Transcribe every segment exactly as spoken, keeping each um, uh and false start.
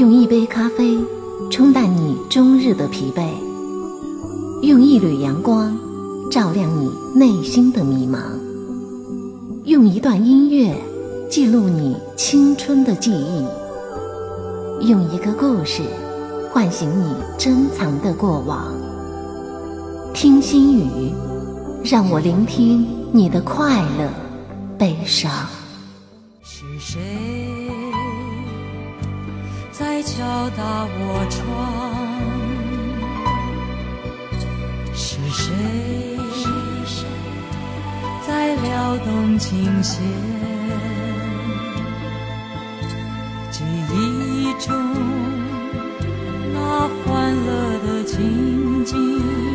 用一杯咖啡冲淡你终日的疲惫，用一缕阳光照亮你内心的迷茫，用一段音乐记录你青春的记忆，用一个故事唤醒你珍藏的过往。听心语，让我聆听你的快乐悲伤。 是谁在敲打我窗？是谁在撩动琴弦？记忆中那欢乐的情景，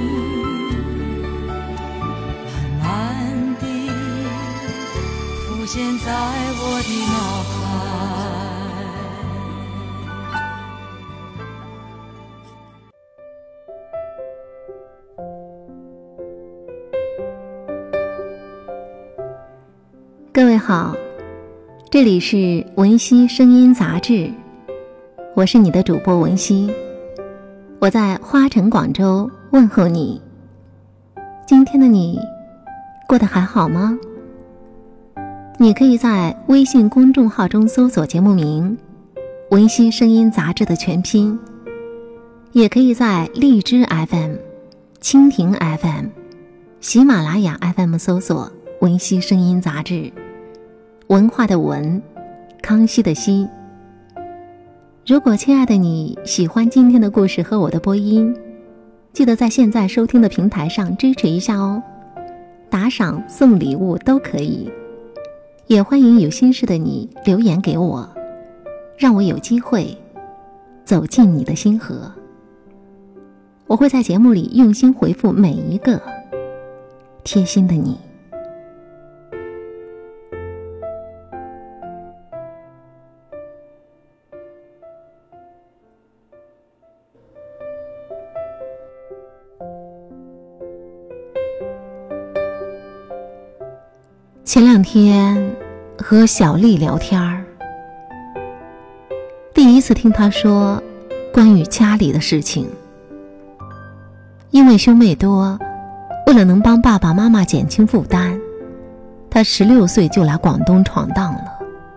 慢慢地浮现在我的脑海。 各位好，这里是文熙声音杂志，我是你的主播文熙，我在花城广州问候你。今天的你过得还好吗？你可以在微信公众号中搜索节目名文熙声音杂志的全拼，也可以在荔枝 F M、 蜻蜓 F M、 喜马拉雅 F M 搜索文熙声音杂志，文化的文，康熙的熙。如果亲爱的你喜欢今天的故事和我的播音，记得在现在收听的平台上支持一下哦，打赏送礼物都可以，也欢迎有心事的你留言给我，让我有机会走进你的心河。我会在节目里用心回复每一个贴心的你。前两天和小丽聊天儿，第一次听她说关于家里的事情。因为兄妹多，为了能帮爸爸妈妈减轻负担，她十六岁就来广东闯荡了。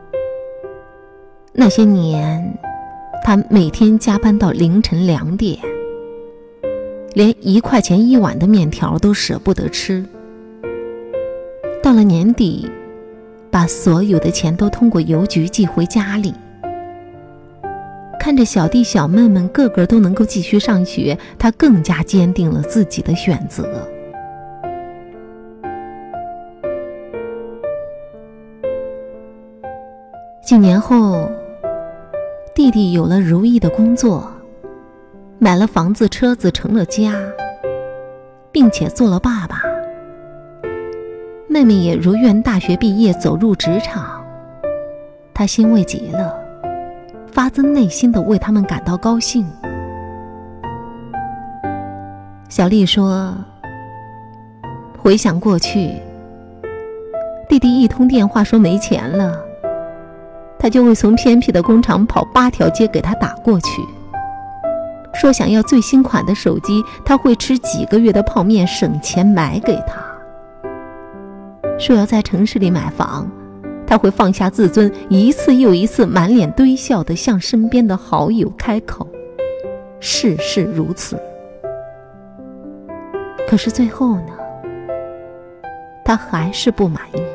那些年，她每天加班到凌晨两点，连一块钱一碗的面条都舍不得吃。到了年底，把所有的钱都通过邮局寄回家里。看着小弟小妹们个个都能够继续上学，他更加坚定了自己的选择。几年后，弟弟有了如意的工作，买了房子车子，成了家，并且做了爸爸。妹妹也如愿大学毕业，走入职场，她欣慰极了，发自内心地为他们感到高兴。小丽说，回想过去，弟弟一通电话说没钱了，他就会从偏僻的工厂跑八条街给他打过去，说想要最新款的手机，他会吃几个月的泡面省钱买给他。说要在城市里买房，他会放下自尊，一次又一次满脸堆笑地向身边的好友开口，事事如此。可是最后呢，他还是不满意。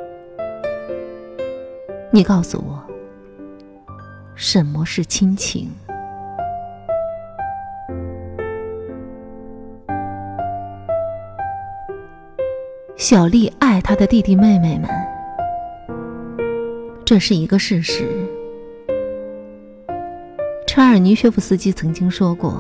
你告诉我，什么是亲情？小丽爱她的弟弟妹妹们，这是一个事实。查尔尼薛夫斯基曾经说过，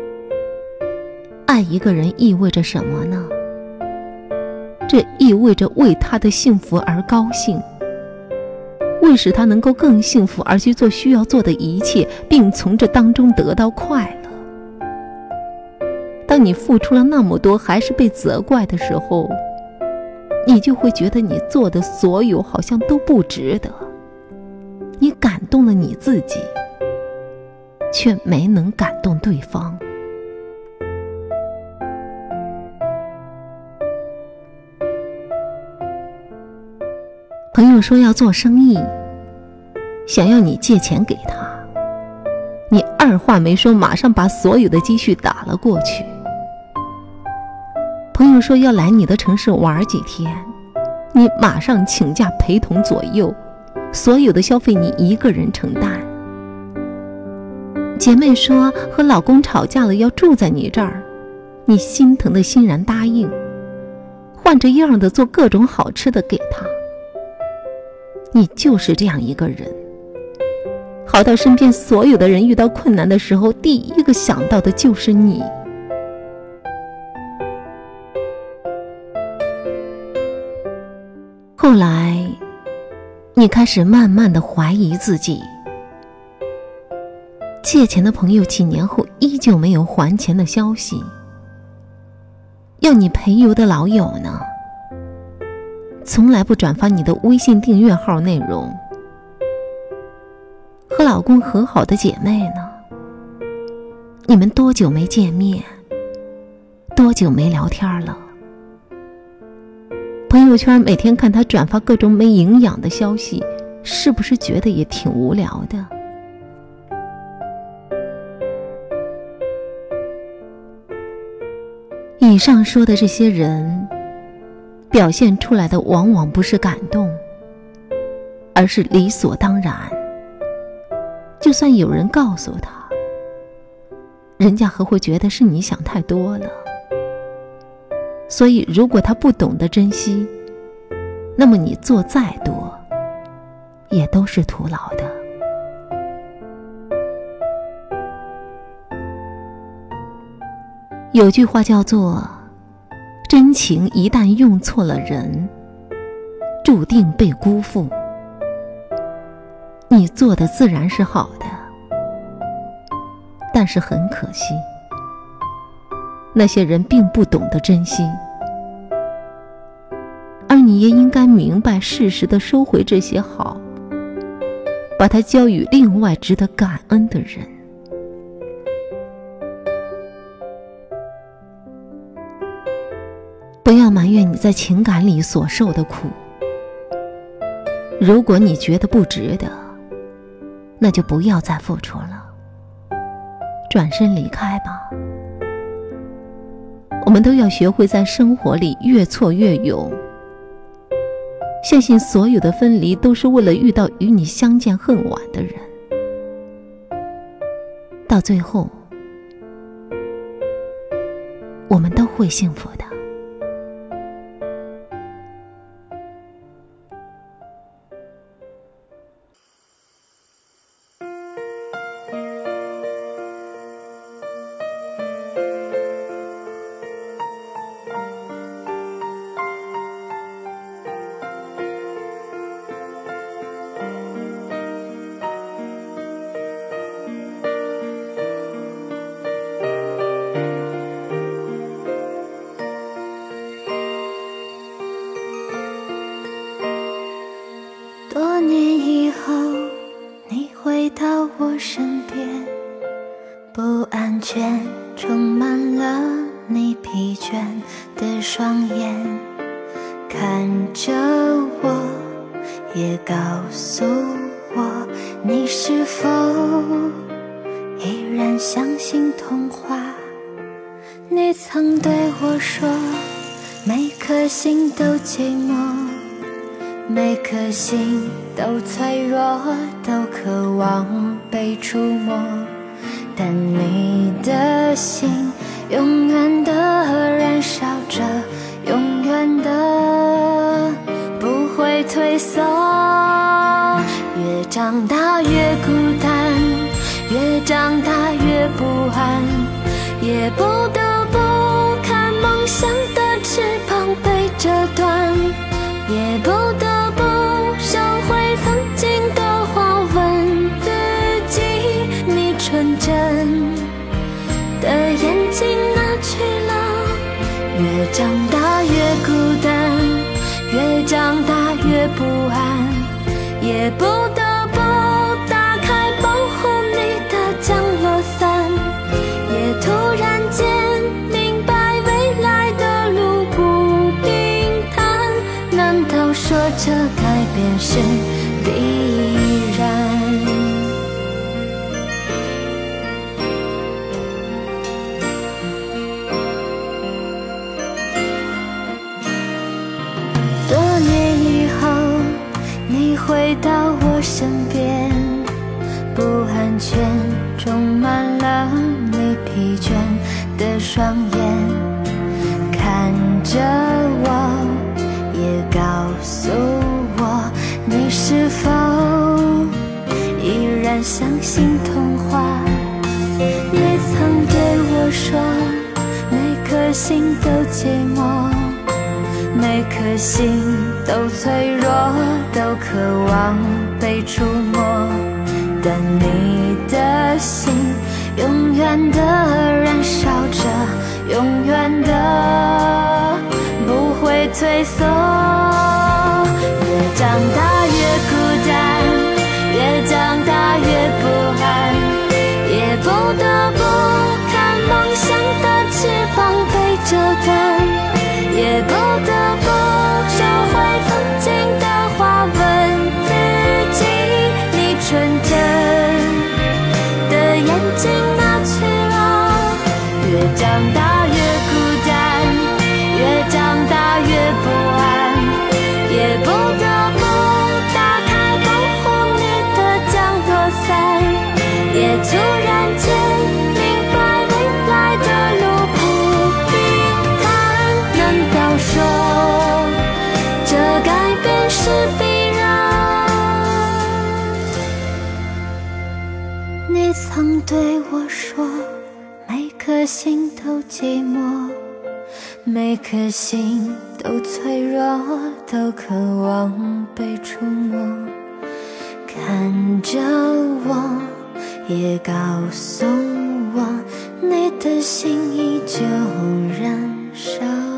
爱一个人意味着什么呢？这意味着为他的幸福而高兴，为使他能够更幸福而去做需要做的一切，并从这当中得到快乐。当你付出了那么多还是被责怪的时候，你就会觉得你做的所有好像都不值得，你感动了你自己， 却没能感动对方。朋友说要做生意，想要你借钱给他，你二话没说，马上把所有的积蓄打了过去。朋友说要来你的城市玩几天，你马上请假陪同左右，所有的消费你一个人承担。姐妹说和老公吵架了要住在你这儿，你心疼的欣然答应，换着样的做各种好吃的给他。你就是这样一个人，好到身边所有的人遇到困难的时候，第一个想到的就是你。后来你开始慢慢的怀疑自己，借钱的朋友几年后依旧没有还钱的消息，要你陪游的老友呢，从来不转发你的微信订阅号内容，和老公和好的姐妹呢，你们多久没见面，多久没聊天了？朋友圈每天看他转发各种没营养的消息，是不是觉得也挺无聊的？以上说的这些人，表现出来的往往不是感动，而是理所当然。就算有人告诉他，人家还会觉得是你想太多了。所以如果他不懂得珍惜，那么你做再多也都是徒劳的。有句话叫做，真情一旦用错了人，注定被辜负。你做的自然是好的，但是很可惜，那些人并不懂得珍惜，而你也应该明白适时地收回这些好，把它交予另外值得感恩的人。不要埋怨你在情感里所受的苦，如果你觉得不值得，那就不要再付出了，转身离开吧。我们都要学会在生活里越挫越勇，相信所有的分离都是为了遇到与你相见恨晚的人，到最后我们都会幸福的。 多年以后，你回到我身边，不安全充满了你疲倦的双眼，看着我，也告诉我，你是否依然相信童话？你曾对我说，每颗心都寂寞，每颗心都脆弱，都渴望被触摸，但你的心永远的燃烧着，永远的不会退缩。越长大越孤单，越长大越不安，也不得不看梦想的翅膀被折断，也不得不收回曾经的话，问自己，你纯真的眼睛哪去了？越长大越孤单，越长大越不安，也不得不打开保护你的降落是必然。多年以后，你回到我身边，不安全充满了你疲倦的双眼，看着我，也告诉我，你是否依然相信童话？你曾对我说，每颗心都寂寞，每颗心都脆弱，都渴望被触摸，但你的心永远的燃烧着，永远的不会退缩。越长大越孤单，越长大越不安，也不得不看梦想的翅膀被折断，也不得不收回曾经的话，问自己，你纯真的眼睛哪去了？越长大越孤单，越长大越不安，也不得不打开保护你的降落伞，也突然间明白未来的路不平坦。难道说这改变是必然？你曾对我说，每颗心都寂寞，每颗心都脆弱，都渴望被触摸，看着我，也告诉我，你的心依旧燃烧。